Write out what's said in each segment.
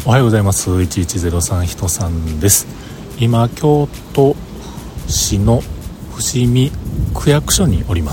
おはようございます。1103人さんです。今京都市の伏見区役所におります。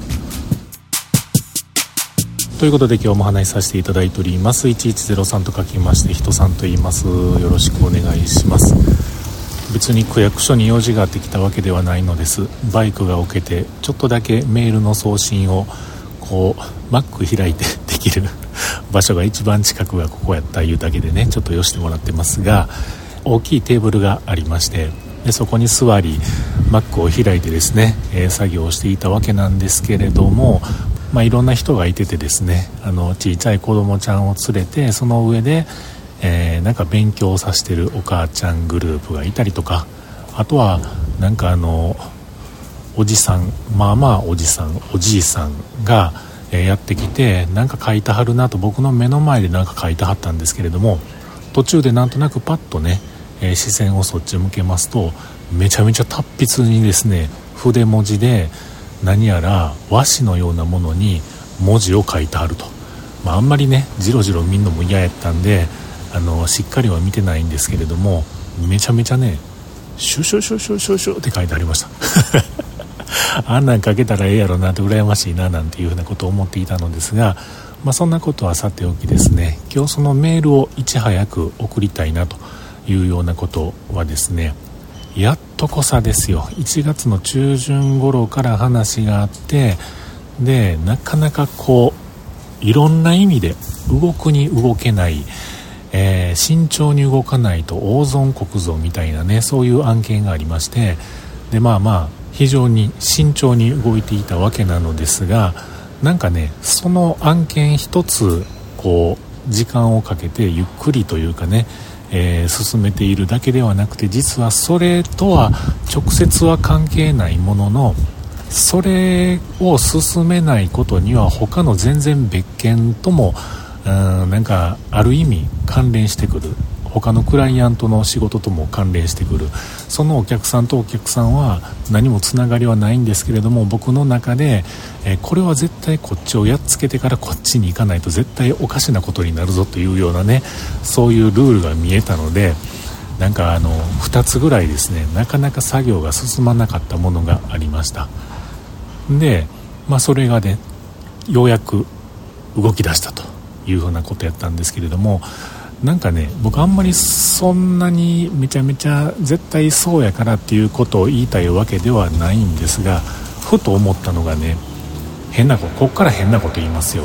ということで今日も話しさせていただいております。1103と書きまして人さんと言います。よろしくお願いします。別に区役所に用事があってきたわけではないのです。バイクが置けてちょっとだけメールの送信をマック開いてできる場所が一番近くがここやったいうだけでね、ちょっと寄してもらってますが、大きいテーブルがありまして、でそこに座りマックを開いてですね、作業をしていたわけなんですけれども、いろんな人がいててですね、小さい子供ちゃんを連れてその上で、なんか勉強をさせてるお母ちゃんグループがいたりとか、あとはなんかおじさん、おじさんおじいさんが、やってきてなんか書いてはるなと僕の目の前でなんか書いてはったんですけれども、途中でなんとなくパッとね、視線をそっち向けますと、めちゃめちゃ達筆にですね、筆文字で何やら和紙のようなものに文字を書いてはると。あんまりねじろじろ見るのも嫌やったんでしっかりは見てないんですけれども、めちゃめちゃねシュシュシュシュシュシュって書いてありましたあんなん書けたらええやろなって羨ましいななんていうふうなことを思っていたのですが、そんなことはさておきですね、今日そのメールをいち早く送りたいなというようなことはですね、やっとこさですよ。1月の中旬頃から話があって、でなかなかいろんな意味で動くに動けない、慎重に動かないと大損こくぞみたいなね、そういう案件がありまして、で非常に慎重に動いていたわけなのですが、なんかねその案件一つ時間をかけてゆっくりというかね、進めているだけではなくて、実はそれとは直接は関係ないものの、それを進めないことには他の全然別件ともなんかある意味関連してくる、他のクライアントの仕事とも関連してくる、そのお客さんとお客さんは何もつながりはないんですけれども、僕の中で、これは絶対こっちをやっつけてからこっちに行かないと絶対おかしなことになるぞというようなね、そういうルールが見えたので、なんか2つぐらいですね、なかなか作業が進まなかったものがありました。で、それがねようやく動き出したというふうなことやったんですけれども、なんかね僕あんまりそんなにめちゃめちゃ絶対そうやからっていうことを言いたいわけではないんですが、ふと思ったのがね、こっから変なこと言いますよ。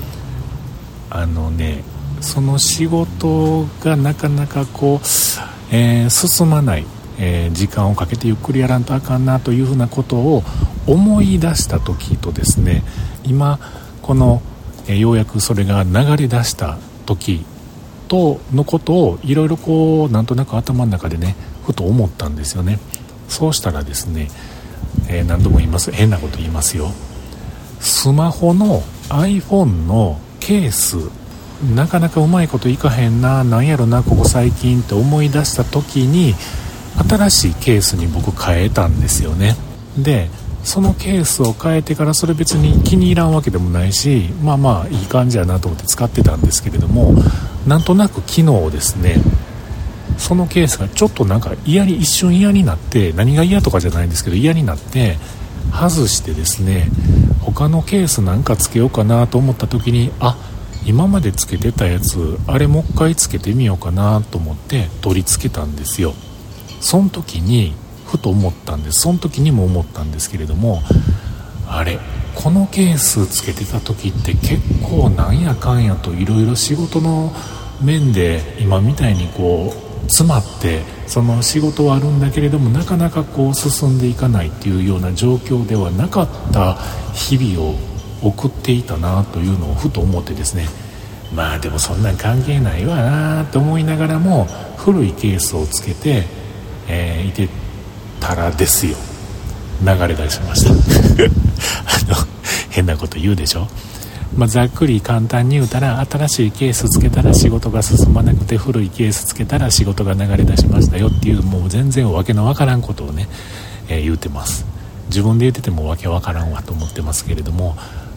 その仕事がなかなか進まない、時間をかけてゆっくりやらんとあかんなというふうなことを思い出した時とですね、今この、ようやくそれが流れ出した時とのことをいろいろなんとなく頭の中でねふと思ったんですよね。そうしたらですね、何度も言います、変なこと言いますよ。スマホの iPhone のケース、なかなかうまいこといかへんな、なんやろなここ最近って思い出した時に新しいケースに僕変えたんですよね。でそのケースを変えてからそれ別に気に入らんわけでもないし、いい感じやなと思って使ってたんですけれども、なんとなく昨日ですね、そのケースがちょっとなんか一瞬嫌になって、何が嫌とかじゃないんですけど嫌になって外してですね、他のケースなんかつけようかなと思った時に、今までつけてたやつあれもう一回つけてみようかなと思って取り付けたんですよ。その時にふと思ったんです。その時にも思ったんですけれども、このケースつけてた時って結構なんやかんやといろいろ仕事の面で今みたいに詰まって、その仕事はあるんだけれどもなかなか進んでいかないっていうような状況ではなかった日々を送っていたなというのをふと思ってですね、でもそんなん関係ないわなと思いながらも古いケースをつけて、いてたらですよ、流れ出しました変なこと言うでしょ。ざっくり簡単に言うたら、新しいケースつけたら仕事が進まなくて、古いケースつけたら仕事が流れ出しましたよっていう、もう全然わけのわからんことをね、言うてます。自分で言っててもわけわからんわと思ってますけれども、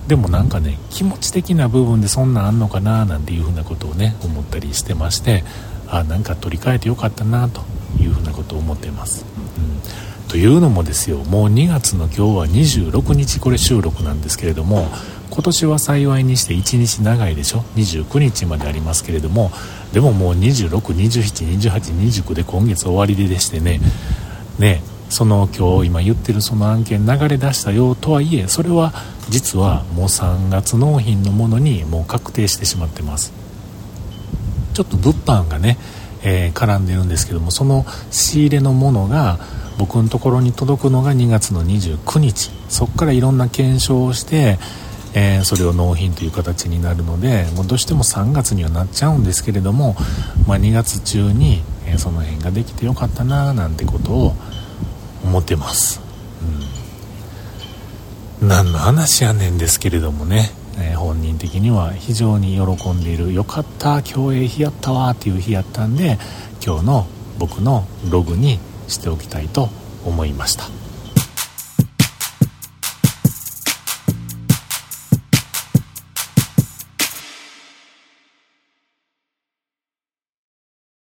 でもなんかね、気持ち的な部分でそんなんあんのかななんていうふうなことをね思ったりしてまして、なんか取り替えてよかったなというふうなことを思っています、というのもですよ、もう2月の今日は26日これ収録なんですけれども、今年は幸いにして1日長いでしょ、29日までありますけれども、でももう26、27、28、29で今月終わりでしてね、その今日今言ってるその案件流れ出したよとはいえ、それは実はもう3月納品のものにもう確定してしまってます。ちょっと物販がね、絡んでるんですけども、その仕入れのものが僕のところに届くのが2月の29日、そこからいろんな検証をして、それを納品という形になるので、もうどうしても3月にはなっちゃうんですけれども、2月中に、その辺ができてよかったななんてことを思ってます、何の話やねんですけれどもね、本人的には非常に喜んでいる、よかった今日日やったわっていう日やったんで、今日の僕のログにしておきたいと思いました。